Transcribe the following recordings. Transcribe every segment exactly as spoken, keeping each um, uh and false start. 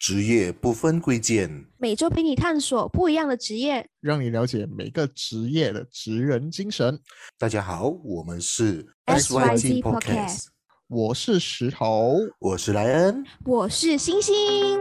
职业不分贵贱， 每周陪你探索不一样的职业， 让你了解每个职业的职人精神。 大家好，我们是 S Y Z Podcast， 我是石头， 我是莱恩， 我是星星。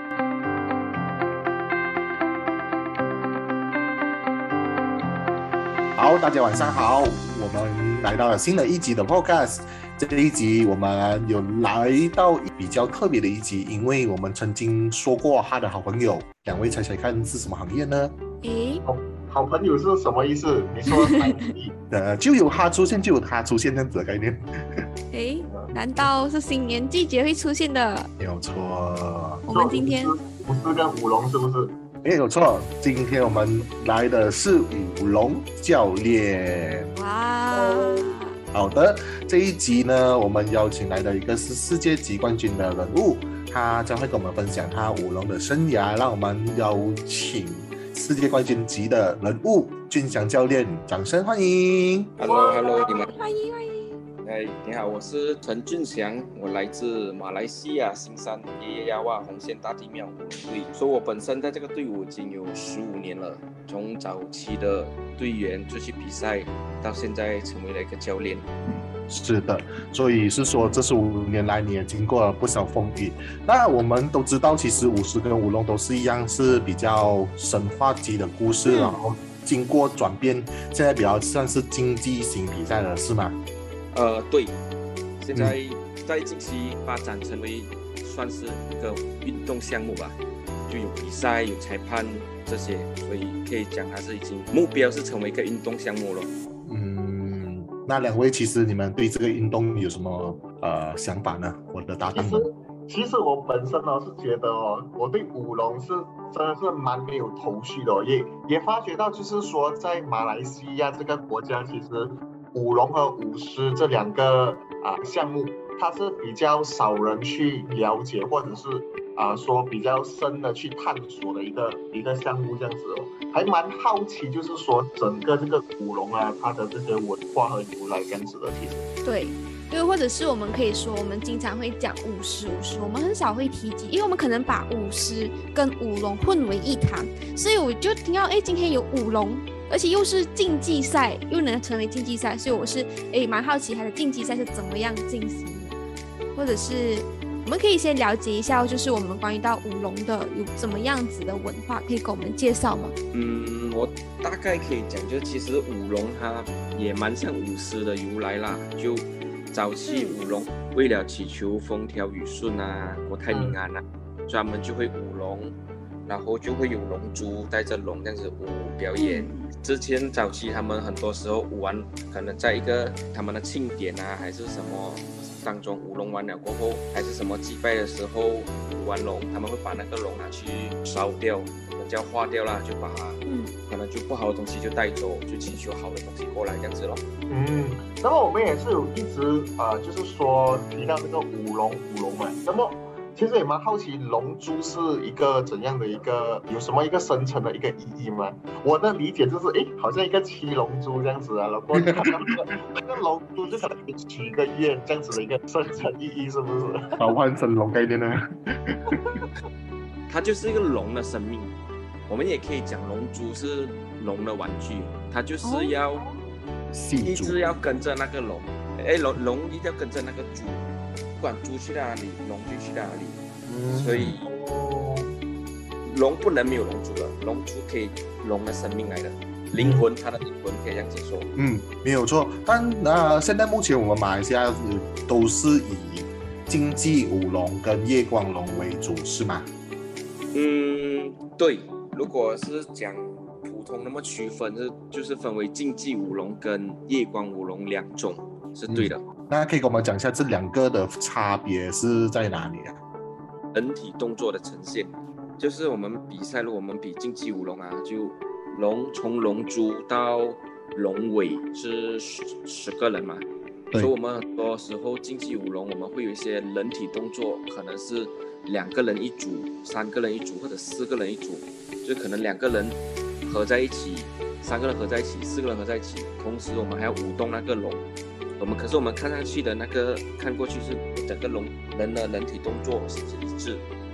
好，大家晚上好，我们来到了新的一集的 Podcast。这一集我们有来到比较特别的一集，因为我们曾经说过他的好朋友，两位猜猜看是什么行业呢？ 诶， 好, 好朋友是什么意思？你说呃，就有他出现，就有他出现这样子的概念。 诶，难道是新年季节会出现的？ 没有错。 我们今天舞狮跟舞龙是不是？ 没有错，今天我们来的是舞龙教练。 哇！ 好的，这一集呢，我们邀请来的一个是世界级冠军的人物，他将会跟我们分享他舞龙的生涯。让我们邀请世界冠军级的人物俊祥教练，掌声欢迎。 Hello，Hello， 你们欢迎欢迎。 哎，你好，我是陈俊祥，我来自马来西亚新山爷爷亚哇红线大地庙队，所以我本身在这个队伍已经有十五年了，从早期的队员出去比赛，到现在成为了一个教练。 是的，所以是说这十五年来你也经过了不少风雨。那我们都知道，其实舞狮跟舞龙都是一样，是比较神话级的故事，嗯、然后经过转变，现在比较算是竞技型比赛了，是吗？ 呃，对，现在在近期发展成为算是一个运动项目吧，就有比赛、有裁判这些，所以可以讲它是已经目标是成为一个运动项目了。 嗯，那两位其实你们对这个运动有什么呃想法呢？我的搭档们。 其实我本身呢是觉得哦，我对舞龙是真的是蛮没有头绪的、哦，也也发觉到就是说在马来西亚这个国家，其实舞龙和舞狮这两个啊项目，它是比较少人去了解，或者是啊说比较深的去探索的一个一个项目这样子哦，还蛮好奇，就是说整个这个舞龙啊，它的这些文化和由来这样子的，其实对。对，或者是我们可以说，我们经常会讲舞狮，舞狮，我们很少会提及，因为我们可能把舞狮跟舞龙混为一谈，所以我就听到，哎，今天有舞龙，而且又是竞技赛，又能成为竞技赛，所以我是哎蛮好奇它的竞技赛是怎么样进行的，或者是我们可以先了解一下，就是我们关于到舞龙的有怎么样子的文化，可以给我们介绍吗？ 嗯，我大概可以讲，就其实舞龙它也蛮像舞狮的由来啦，就早期舞龙为了祈求风调雨顺啊、国泰民安啊，专门就会舞龙，然后就会有龙珠带着龙这样子舞表演。之前早期他们很多时候舞完，可能在一个他们的庆典啊，还是什么当中舞龙完了过后，还是什么祭拜的时候舞完龙，他们会把那个龙拿去烧掉，我们叫化掉啦，就把嗯可能就不好的东西就带走，就祈求好的东西过来这样子咯。 嗯，那么我们也是有一直呃，就是说提到这个舞龙舞龙嘛，那么其实也蛮好奇龙珠是一个怎样的一个有什么一个深层的一个意义吗？我的理解就是诶好像一个七龙珠这样子啊，然后看到那个那个龙珠就可能有许个愿这样子的一个深层意义，是不是？ 召唤神龙概念呢？ 它就是一个龙的生命，我们也可以讲龙珠是龙的玩具，它就是要、哦、一直要跟着那个龙，哎，龙龙一定要跟着那个猪。不管猪去哪里，龙就去哪里，嗯、所以龙不能没有龙珠了，龙珠可以龙的生命来的，灵魂，它的灵魂可以这样子说。 嗯，没有错。但呃，现在目前我们马来西亚都是以竞技舞龙跟夜光龙为主，是吗？ 嗯，对。如果是讲普通那么区分，是就是分为竞技舞龙跟夜光舞龙两种，是对的。 嗯，那可以跟我们讲一下这两个的差别是在哪里啊？ 人体动作的呈现，就是我们比赛，如果我们比竞技舞龙啊，就龙从龙珠到龙尾是十十个人嘛，所以我们很多时候竞技舞龙我们会有一些人体动作，可能是两个人一组、三个人一组或者四个人一组，就可能两个人合在一起，三个人合在一起，四个人合在一起，同时我们还要舞动那个龙。我们可是我们看上去的那个看过去是整个龙人的人体动作是一致，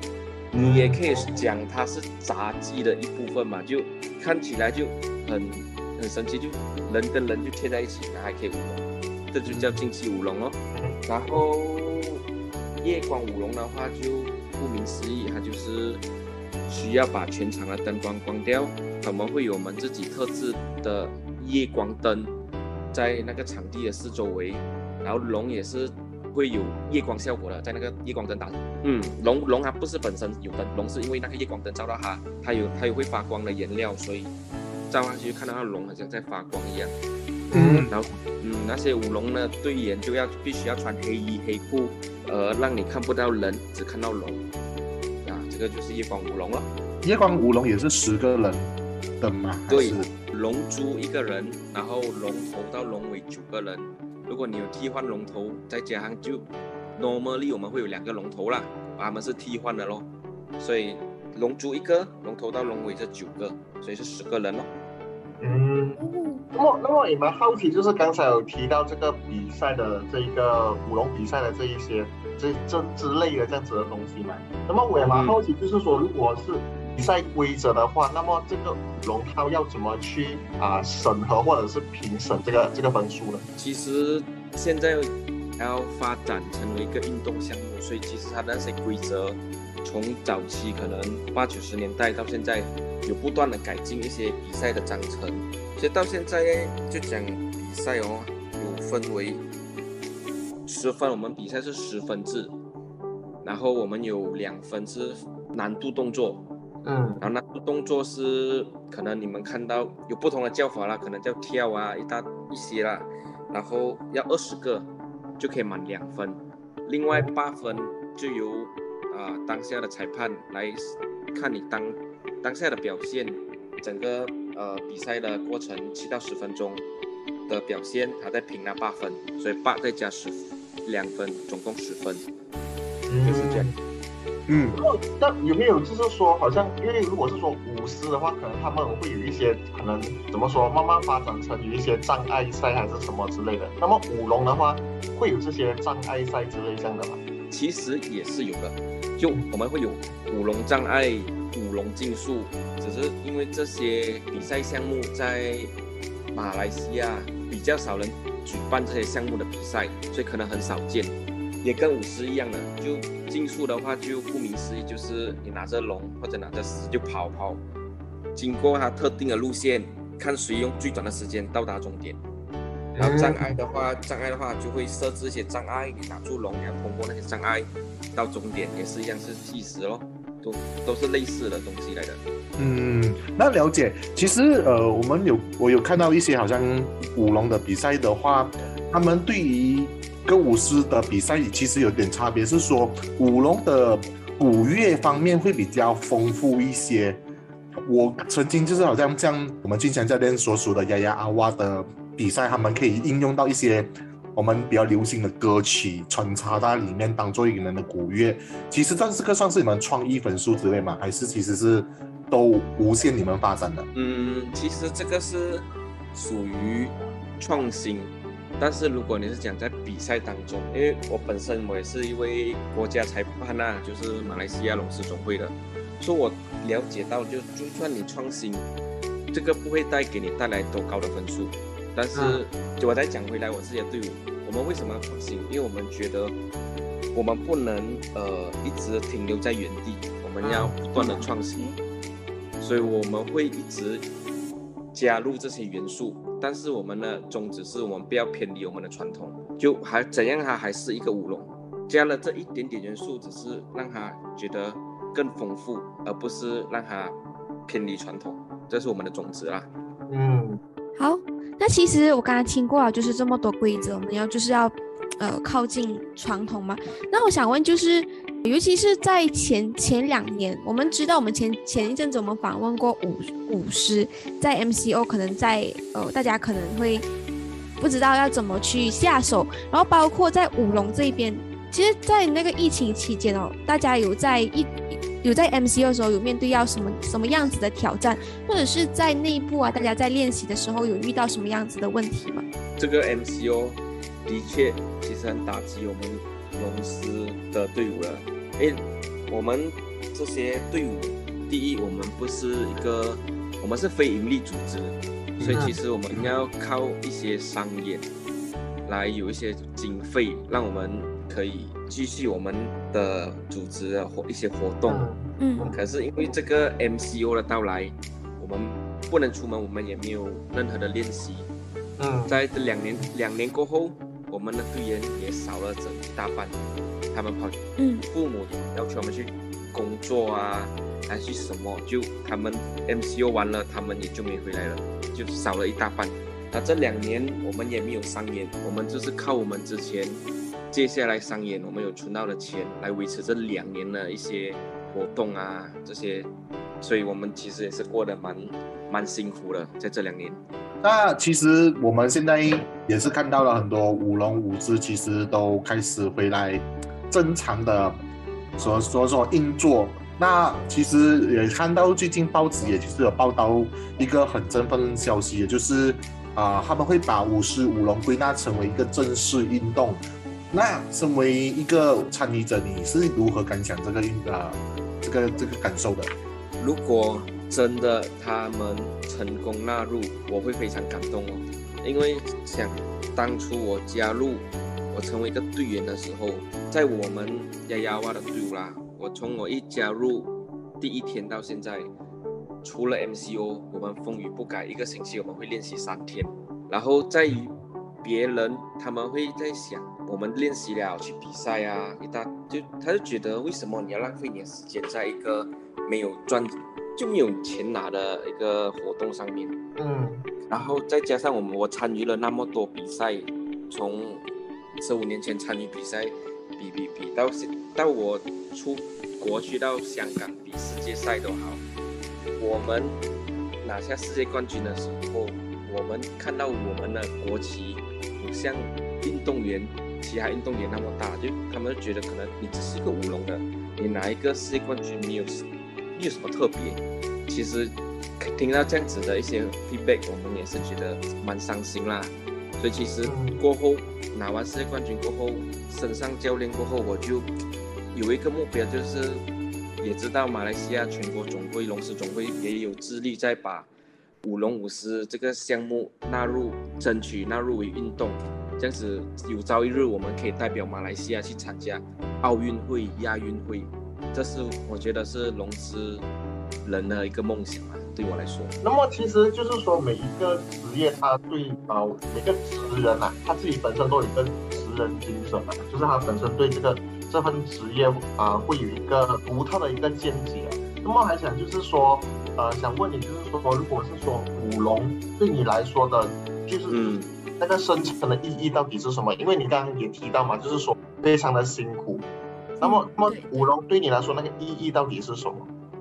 你也可以讲它是杂技的一部分嘛，就看起来就很很神奇，就人跟人就贴在一起，然后还可以舞龙，这就叫竞技舞龙哦。然后夜光舞龙的话，就顾名思义，它就是需要把全场的灯光关掉，我们会有我们自己特制的夜光灯在那个场地的四周围，然后龙也是会有夜光效果的，在那个夜光灯打，嗯，龙龙它不是本身有灯，龙是因为那个夜光灯照到它，它有它有会发光的颜料，所以照上去看到那龙好像在发光一样。嗯，然后嗯那些舞龙呢队员就要必须要穿黑衣黑裤，呃让你看不到人，只看到龙，啊，这个就是夜光舞龙了。 夜光舞龙也是十个人的吗？ 对，龙珠一个人，然后龙头到龙尾九个人。如果你有替换龙头，再加上就 normally 我们会有两个龙头啦，他们是替换的咯，所以龙珠一个，龙头到龙尾是九个，所以是十个人咯。 嗯，那么那么也蛮好奇，就是刚才有提到这个比赛的这一个舞龙比赛的这一些这这之类的这样子的东西嘛。那么我也蛮好奇，就是说如果是比赛规则的话，那么这个舞龙它要怎么去啊审核或者是评审这个这个分数呢？ 其实现在要发展成为一个运动项目，所以其实它的那些规则从早期可能八九十年代到现在有不断的改进一些比赛的章程，所以到现在就讲比赛哦，有分为十分，我们比赛是十分制，然后我们有两分是难度动作。嗯，然后难度动作是可能你们看到有不同的叫法啦，可能叫跳啊一大一些啦，然后要二十个就可以满两分，另外八分就由啊、呃、当下的裁判来看你当当下的表现，整个呃比赛的过程七到十分钟的表现，他再评那八分，所以八再加十两分，总共十分，就是这样。 嗯， 那有没有就是说，好像因为如果是说舞狮的话，可能他们会有一些可能怎么说，慢慢发展成有一些障碍赛还是什么之类的。那么舞龙的话，会有这些障碍赛之类这样的吗？ 其实也是有的，就我们会有舞龙障碍、舞龙竞速，只是因为这些比赛项目在马来西亚比较少人举办这些项目的比赛，所以可能很少见。也跟舞狮一样的，就竞速的话，就顾名思义，就是你拿着龙或者拿着狮就跑跑，经过它特定的路线，看谁用最短的时间到达终点。然后障碍的话，障碍的话就会设置一些障碍，你拿住龙，你要通过那些障碍到终点，也是一样是计时咯，都都是类似的东西来的。 嗯，那了解。其实呃，我们有我有看到一些好像舞龙的比赛的话，他们对于跟舞狮的比赛其实有点差别，是说舞龙的鼓乐方面会比较丰富一些。我曾经就是好像像我们金强教练所属的呀呀阿哇的比赛，他们可以应用到一些我们比较流行的歌曲穿插在里面当做一个人的鼓乐。其实这个算是你们创意分数之类吗？还是其实是都无限你们发展的？ 嗯，其实这个是属于创新。但是如果你是讲在比赛当中，因为我本身我也是一位国家裁判啊，就是马来西亚龙狮总会的，所以我了解到就就算你创新，这个不会带给你带来多高的分数。但是就我再讲回来我自己的队伍，我们为什么要创新？因为我们觉得我们不能呃一直停留在原地，我们要不断的创新，所以我们会一直加入这些元素。但是我们的宗旨是我们不要偏离我们的传统，就还怎样它还是一个舞龙，加了这一点点元素，只是让它觉得更丰富，而不是让它偏离传统，这是我们的宗旨啦。 嗯， 好，那其实我刚才听过了，就是这么多规则，我们要就是要呃靠近传统嘛。那我想问就是。尤其是在前前两年，我们知道我们前前一阵子我们访问过舞舞狮，在 M C O 可能在呃大家可能会不知道要怎么去下手，然后包括在舞龙这边，其实，在那个疫情期间哦，大家有在一有在 M C O 的时候有面对要什么什么样子的挑战，或者是在内部啊，大家在练习的时候有遇到什么样子的问题吗？ 这个 M C O 的确其实很打击我们龙狮的队伍了，因为我们这些队伍，第一，我们不是一个，我们是非盈利组织，所以其实我们要靠一些商演来有一些经费，让我们可以继续我们的组织的活一些活动。 嗯， 可是因为这个 M C O 的到来，我们不能出门，我们也没有任何的练习。 嗯， 在这两年两年过后，我们的队员也少了整一大半，他们跑， 嗯， 父母要求我们去工作啊，还是什么，就他们 M C O 完了，他们也就没回来了，就少了一大半。那这两年我们也没有商演，我们就是靠我们之前接下来商演，我们有存到的钱来维持这两年的一些活动啊这些，所以我们其实也是过得蛮蛮辛苦的，在这两年。 那其实我们现在也是看到了很多舞龙舞狮，其实都开始回来正常的所所说运作。那其实也看到最近报纸也就是有报道一个很振奋的消息，也就是啊、呃、他们会把舞狮舞龙归纳成为一个正式运动。那身为一个参与者，你是如何感想这个运呃这个这个感受的？ 如果真的他们成功纳入，我会非常感动哦，因为想当初我加入，我成为一个队员的时候，在我们丫丫娃的队伍啦，我从我一加入第一天到现在，除了 M C O， 我们风雨不改，一个星期我们会练习三天，然后在于别人他们会在想，我们练习了去比赛啊，一大就他就觉得为什么你要浪费你的时间在一个没有赚就没有钱拿的一个活动上面。 嗯， 然后再加上我们我参与了那么多比赛，从十五年前参与比赛，比比比到到我出国去到香港比世界赛都好，我们拿下世界冠军的时候，我们看到我们的国旗不像运动员其他运动员那么大，就他们就觉得可能你只是一个舞龙的，你拿一个世界冠军没有没有什么特别。其实听到这样子的一些 feedback， 我们也是觉得蛮伤心啦。所以其实过后拿完世界冠军过后，升上教练过后，我就有一个目标，就是也知道马来西亚全国总会龙狮总会也有致力在把舞龙舞狮这个项目纳入，争取纳入为运动，这样子有朝一日我们可以代表马来西亚去参加奥运会、亚运会，这是我觉得是龙狮人的一个梦想啊，对我来说。 那么其实就是说，每一个职业，他对啊、呃、每个职人啊，他自己本身都有一个职人精神啊，就是他本身对这个这份职业啊、呃、会有一个独特的一个见解、啊。那么还想就是说，呃，想问你，就是说，如果是说舞龙对你来说的，就是嗯那个深层的意义到底是什么？因为你刚刚也提到嘛，就是说非常的辛苦。那么，那么舞龙对你来说那个意义到底是什么？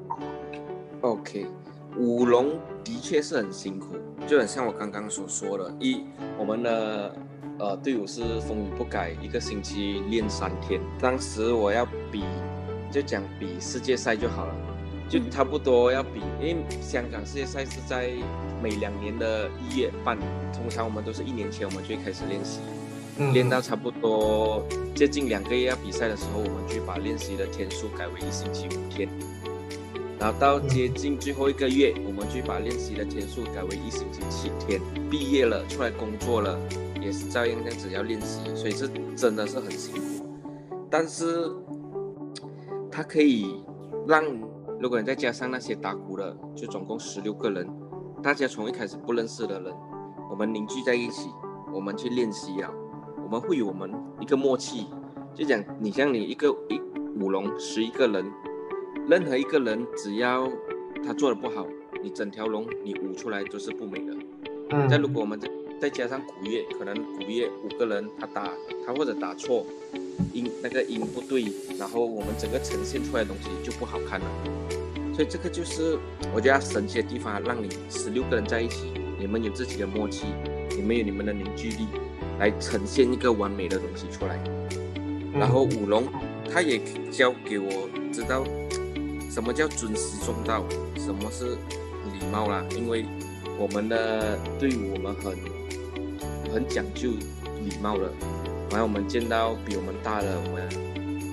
OK， 舞龙的确是很辛苦，就很像我刚刚所说的，一我们的呃队伍是风雨不改，一个星期练三天。当时我要比，就讲比世界赛就好了，就差不多要比，因为香港世界赛是在每两年的一月半，通常我们都是一年前我们就会开始练习，嗯、练到差不多接近两个月要比赛的时候，我们就把练习的天数改为一星期五天。然后到接近最后一个月，我们就把练习的天数改为一星期七天。毕业了，出来工作了，也是照样这样子要练习，所以是真的是很辛苦。但是它可以让，如果你再加上那些打鼓的，就总共十六个人，大家从一开始不认识的人，我们凝聚在一起，我们去练习啊，我们会有我们一个默契。就讲你像你一个一舞龙十一个人。任何一个人只要他做的不好，你整条龙你舞出来都是不美的。嗯，再如果我们再再加上鼓乐，可能鼓乐五个人他打他或者打错音，那个音不对，然后我们整个呈现出来的东西就不好看了。所以这个就是我觉得神奇的地方，让你十六个人在一起，你们有自己的默契，你们有你们的凝聚力，来呈现一个完美的东西出来。然后舞龙他也教给我知道什么叫尊师重道，什么是礼貌啦？因为我们的队伍我们很很讲究礼貌的，然后我们见到比我们大的，我们我们要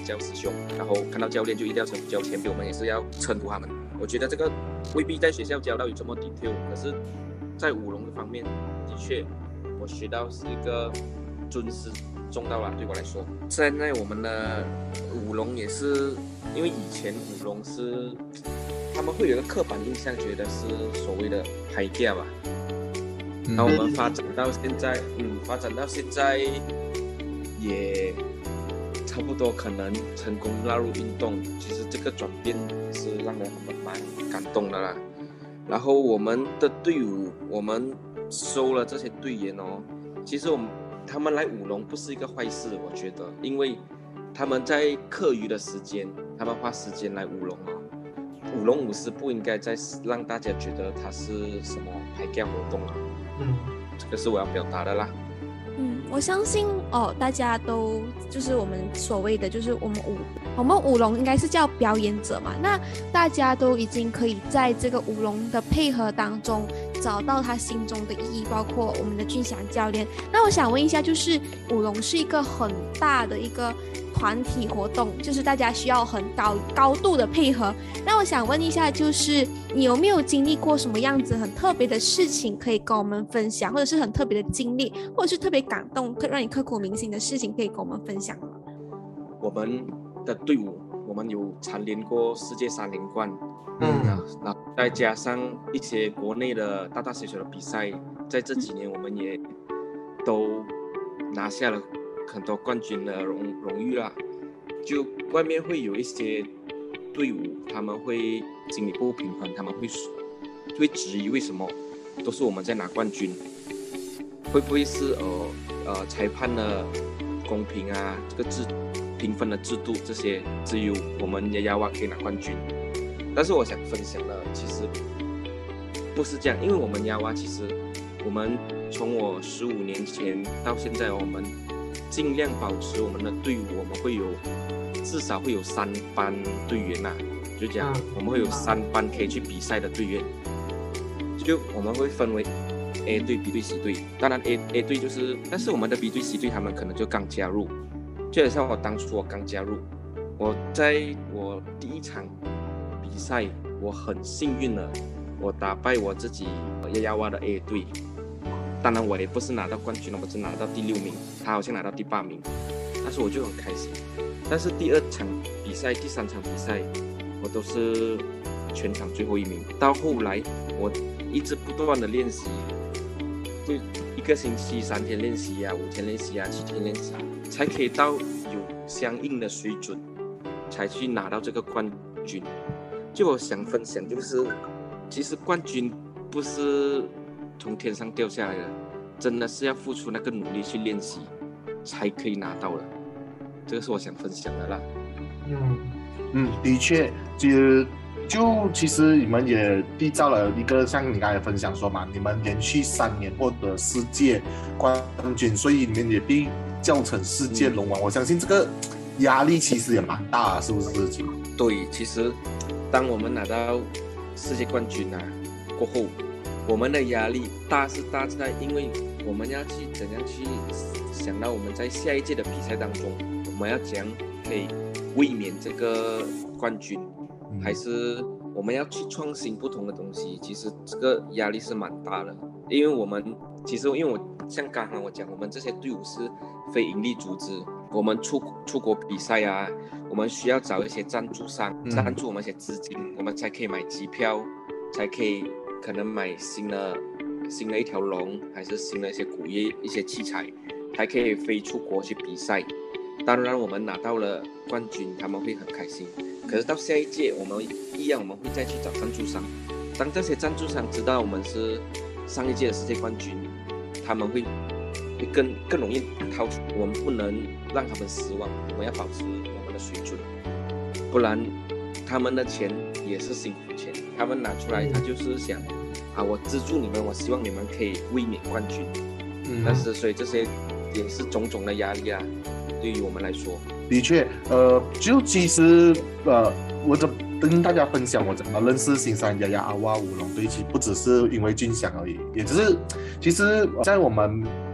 叫师兄，然后看到教练就一定要称呼教，前辈我们也是要称呼他们。我觉得这个未必在学校教到有这么 detail， 可是在舞龙的方面，的确我学到是一个尊师重道啦，对我来说。现在我们的舞龙也是，因为以前舞龙是他们会有一个刻板印象，觉得是所谓的拍架吧。然后我们发展到现在，嗯，发展到现在也差不多可能成功纳入运动。其实这个转变是让人很蛮感动的啦。然后我们的队伍，我们收了这些队员哦，其实我们他们来舞龙不是一个坏事，我觉得，因为他们在课余的时间，他们花时间来舞龙哦。舞龙舞狮不应该再让大家觉得它是什么排架活动了。嗯，这个是我要表达的啦。 嗯，我相信哦，大家都就是我们所谓的，就是我们舞我们舞龙应该是叫表演者嘛。那大家都已经可以在这个舞龙的配合当中找到他心中的意义，包括我们的俊祥教练。那我想问一下，就是舞龙是一个很大的一个团体活动，就是大家需要很高高度的配合。那我想问一下，就是你有没有经历过什么样子很特别的事情可以跟我们分享，或者是很特别的经历，或者是特别感动让你刻骨铭心的事情可以跟我们分享吗？ 我们的队伍，我们有蝉联过世界三连冠，嗯，然后再加上一些国内的大大小小的比赛，在这几年我们也都拿下了很多冠军的荣荣誉啦。就外面会有一些队伍，他们会心理不平衡，他们会会质疑为什么都是我们在拿冠军，会不会是呃呃裁判的公平啊，这个制评分的制度这些只有我们雅娃可以拿冠军。但是我想分享的其实不是这样，因为我们雅娃其实我们从我十五年前到现在，我们尽量保持我们的队伍，我们会有至少会有三班队员呐、啊，就这样，我们会有三班可以去比赛的队员，就我们会分为 A 队、B 队、C 队。当然 A A 队就是，但是我们的 B 队、C 队他们可能就刚加入，就好像我当初我刚加入，我在我第一场比赛，我很幸运的，我打败我自己雅雅娃的 A 队。当然我也不是拿到冠军了，我只拿到第六名，他好像拿到第八名，但是我就很开心。但是第二场比赛、第三场比赛，我都是全场最后一名。到后来，我一直不断的练习，就一个星期三天练习啊，五天练习啊，七天练习，才可以到有相应的水准，才去拿到这个冠军。就我想分享，就是其实冠军不是从天上掉下来的，真的是要付出那个努力去练习，才可以拿到的。这个是我想分享的啦。 嗯嗯，的确，其实就其实你们也缔造了一个像你刚才分享说嘛，你们连续三年获得世界冠军，所以你们也被叫成世界龙王。嗯、我相信这个压力其实也蛮大，是不是？ 对，其实当我们拿到世界冠军啊过后，我们的压力大是大在，因为我们要去怎样去想到我们在下一届的比赛当中，我们要怎样可以卫冕这个冠军，嗯、还是我们要去创新不同的东西。其实这个压力是蛮大的，因为我们其实因为我像刚刚我讲，我们这些队伍是非营利组织，我们出出国比赛啊，我们需要找一些赞助商赞助我们一些资金，嗯、我们才可以买机票，才可以可能买新的新的一条龙，还是新的一些鼓业一些器材，才可以飞出国去比赛。当然我们拿到了冠军，他们会很开心。可是到下一届我们一样，我们会再去找赞助商。当这些赞助商知道我们是上一届的世界冠军，他们会会更更容易掏出。我们不能让他们失望，我们要保持我们的水准，不然他们的钱也是辛苦钱，他们拿出来他就是想啊，我资助你们，我希望你们可以卫冕冠军。嗯，但是所以这些也是种种的压力啊，对于我们来说。 的确，呃，就其实呃，我这跟大家分享我怎么认识新山雅雅阿娃舞龙队，其实不只是因为俊祥而已，也只是其实在我们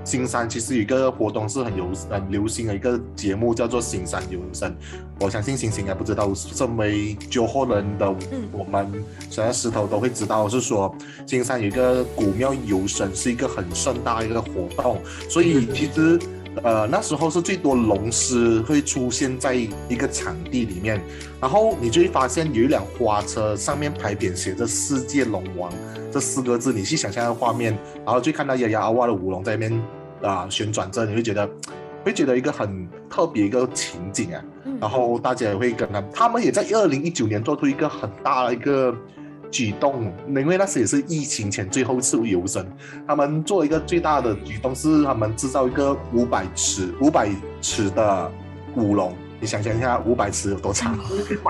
新山其实有一个活动是很有很流行的一个节目，叫做新山游神。我相信星星应该不知道，身为九后人的我们，现在石头都会知道，是说新山有一个古庙游神是一个很盛大的一个活动，所以其实。呃，那时候是最多龙狮会出现在一个场地里面，然后你就会发现有一辆花车，上面牌匾写着"世界龙王"这四个字，你去想象的画面，然后就看到咿呀阿哇的舞龙在那边啊、呃、旋转着，你会觉得会觉得一个很特别一个情景啊，然后大家也会跟他们，他们也在二零一九年做出一个很大的一个。举动，因为那时也是疫情前最后一次游神，他们做一个最大的举动是他们制造一个五百尺五百尺的舞龙，你想象一下五百尺有多长？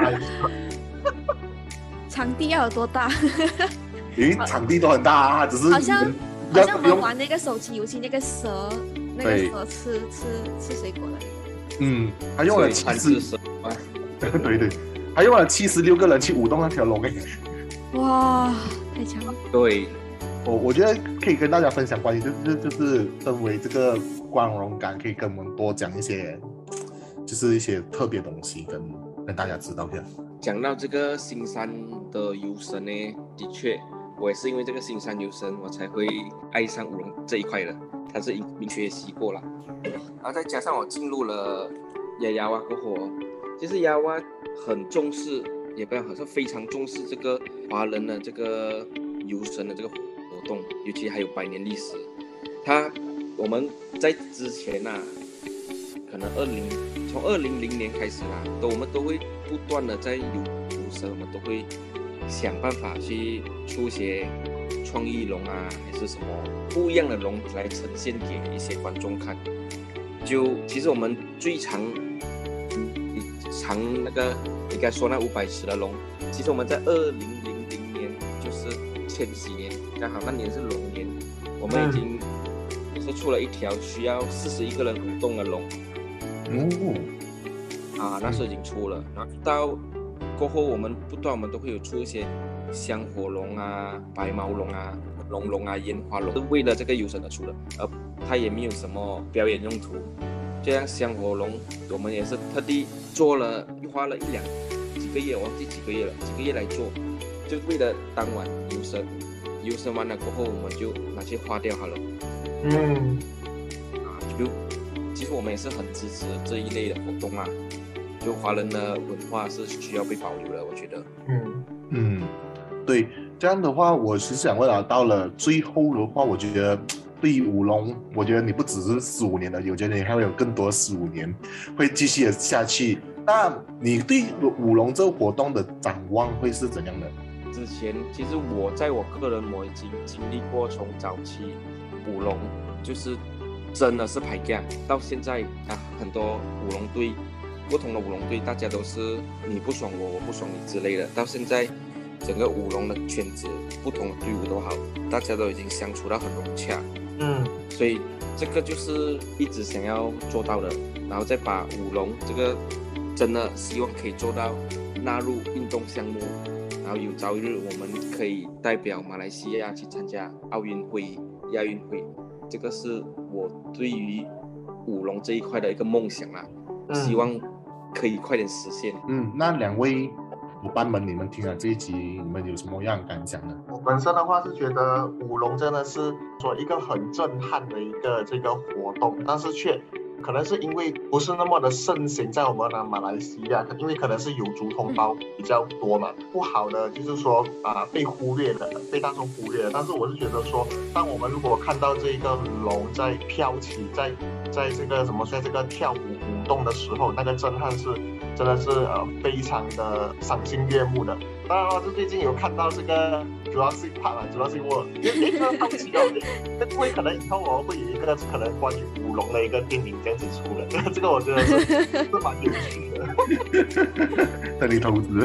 场地要有多大？ 因为场地都很大啊，只是好像好像我们玩那个手机游戏，那个蛇那个蛇吃吃吃水果的那个， 嗯，还用了七十，对对，还用了七十六个人去舞动那条龙诶。 哇，太强了！ 对，我我觉得可以跟大家分享关于就是就是身为这个光荣感，可以跟我们多讲一些，就是一些特别东西跟跟大家知道一下。 讲到这个新山的游神呢，的确，我也是因为这个新山游神，我才会爱上舞龙这一块的。它是明学习过了，然后再加上我进入了雅雅哇过后，其实雅哇很重视。也不要好像非常重视这个华人的这个游神的这个活动，尤其还有百年历史。他我们在之前啊，可能二零从二零零年开始啦，都我们都会不断的在游游神，我们都会想办法去出一些创意龙啊，还是什么不一样的龙来呈现给一些观众看。就其实我们最常常那个。应该说那五百尺的龙，其实我们在二零零零年，就是千禧年，刚好那年是龙年，我们已经也是出了一条需要四十一个人舞动的龙。 哦， 啊，那时候已经出了，然后到过后我们不断我们都会有出一些香火龙啊、白毛龙啊、龙龙啊、烟花龙，是为了这个游神而出的，而它也没有什么表演用途。就像香火龙，我们也是特地做了，花了一两几个月，我忘记几个月了，几个月来做，就为了当晚游神，游神完了过后，我们就拿去花掉好了。 嗯， 啊，就其实我们也是很支持这一类的活动啊，就华人的文化是需要被保留的，我觉得。 嗯嗯，对，这样的话，我是想问啊，到了最后的话，我觉得。对于舞龙，我觉得你不只是十五年的，我觉得你还会有更多十五年会继续的下去。那你对舞龙这个活动的展望会是怎样的？ 之前其实我在我个人我已经经历过从早期舞龙就是真的是排架，到现在啊很多舞龙队不同的舞龙队，大家都是你不爽我，我不爽你之类的。到现在整个舞龙的圈子，不同的队伍都好，大家都已经相处到很融洽。 嗯， 所以这个就是一直想要做到的，然后再把舞龙这个真的希望可以做到纳入运动项目，然后有朝一日我们可以代表马来西亚去参加奥运会、亚运会，这个是我对于舞龙这一块的一个梦想啦， 嗯、 希望可以快点实现。 嗯，那两位伙伴们，你们听了这一集，你们有什么样的感想呢？ 我本身的话是觉得舞龙真的是说一个很震撼的一个这个活动，但是却可能是因为不是那么的盛行在我们的马来西亚，因为可能是有族同胞比较多嘛，不好的就是说啊、呃、被忽略了，被大众忽略了。但是我是觉得说，当我们如果看到这个龙在飘起，在在这个什么，在这个跳舞舞动的时候，那个震撼是真的是呃非常的赏心悦目的。当然了，就最近有看到这个 Jurassic Park 啊 Jurassic World， 也也觉得好奇哦，因为可能以后我会有一个可能关于舞龙的一个电影这样子出的，这个这个我觉得是是蛮有趣的。 等你投资。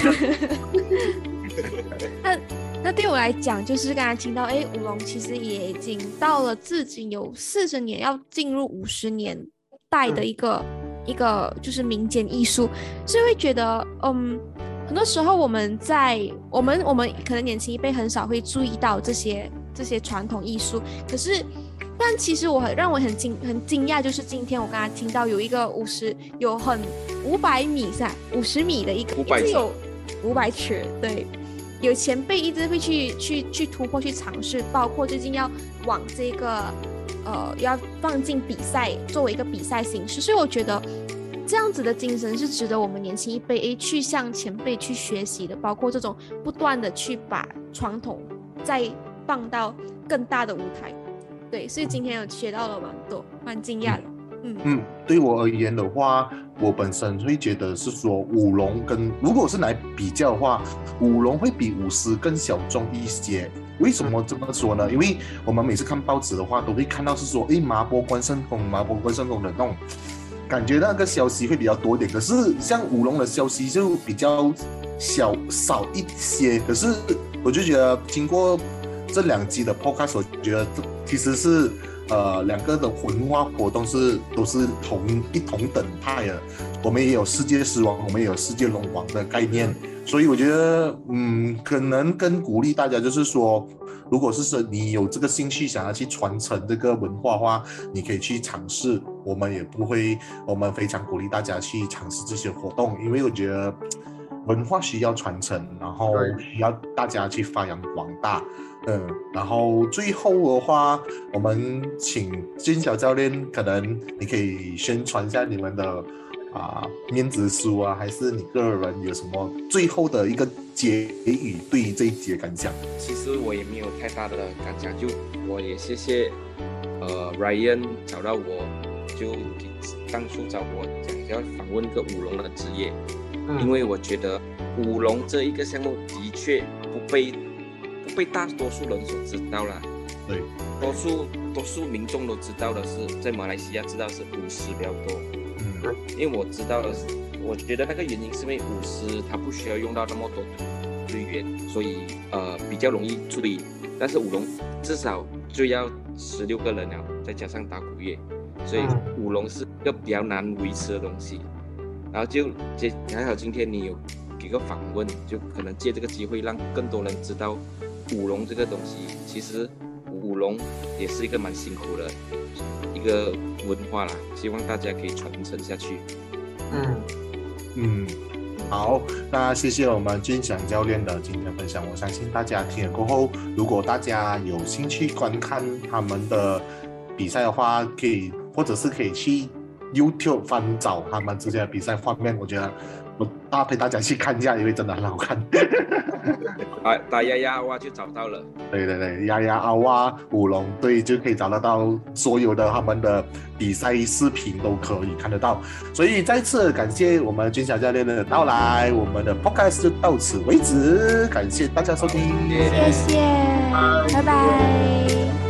那那对我来讲，就是刚才听到，哎，舞龙其实也已经到了至今有四十年，要进入五十年代的一个、嗯、一个就是民间艺术，所以会觉得，嗯，很多时候我们在我们我们可能年轻一辈很少会注意到这些这些传统艺术，可是但其实我很让我很惊很惊讶，就是今天我刚才听到有一个五十有很五百米噻，五十米的一个， 五百一直有五百尺，对，有前辈一直会去去去突破去尝试，包括最近要往这个呃要放进比赛作为一个比赛形式，所以我觉得这样子的精神是值得我们年轻一辈诶去向前辈去学习的，包括这种不断的去把传统再放到更大的舞台。对，所以今天有学到了蛮多，蛮惊讶的。嗯嗯，对我而言的话，我本身会觉得是说舞龙跟如果是来比较的话，舞龙会比舞狮更小众一些。为什么这么说呢？因为我们每次看报纸的话，都会看到是说，诶，麻波关圣宫，麻波关圣宫的那种感觉，那个消息会比较多一点。可是像舞龙的消息就比较小少一些。可是我就觉得经过这两集的 podcast， 我觉得其实是呃两个的文化活动是都是同一同等态的。我们也有世界狮王，我们也有世界龙王的概念，所以我觉得嗯，可能更鼓励大家就是说，如果是说你有这个兴趣想要去传承这个文化的话，你可以去尝试。我们也不会，我们非常鼓励大家去尝试这些活动，因为我觉得文化需要传承，然后需要大家去发扬光大。嗯，然后最后的话，我们请俊小教练，可能你可以宣传一下你们的啊、呃、面子书啊，还是你个人有什么最后的一个结语对于这一节感想？ 其实我也没有太大的感想，就我也谢谢呃 Ryan 找到我，就当初找我讲要访问个舞龙的职业，嗯、因为我觉得舞龙这一个项目的确不被不被大多数人所知道啦。 对， 多数多数民众都知道的是，在马来西亚知道是舞狮比较多。嗯，因为我知道的是，我觉得那个原因是因为舞狮它不需要用到那么多队员，所以呃比较容易处理。但是舞龙至少就要十六个人了，再加上打鼓乐，所以舞龙是一个比较难维持的东西。然后就接还好今天你有给个访问，就可能借这个机会让更多人知道舞龙这个东西。其实舞龙也是一个蛮辛苦的一个文化啦，希望大家可以传承下去。 嗯嗯，好，那谢谢我们俊祥教练的今天分享。我相信大家听了过后，如果大家有兴趣观看他们的比赛的话，可以或者是可以去 YouTube 翻找他们之间的比赛画面，我觉得我搭配大家去看一下，因为真的很好看。 啊，打丫丫哇就找到了。 对对对，丫丫阿哇舞龙队就可以找得到所有的他们的比赛视频都可以看得到。所以再次感谢我们俊祥教练的到来，我们的 podcast 就到此为止，感谢大家收听， 谢谢，拜拜。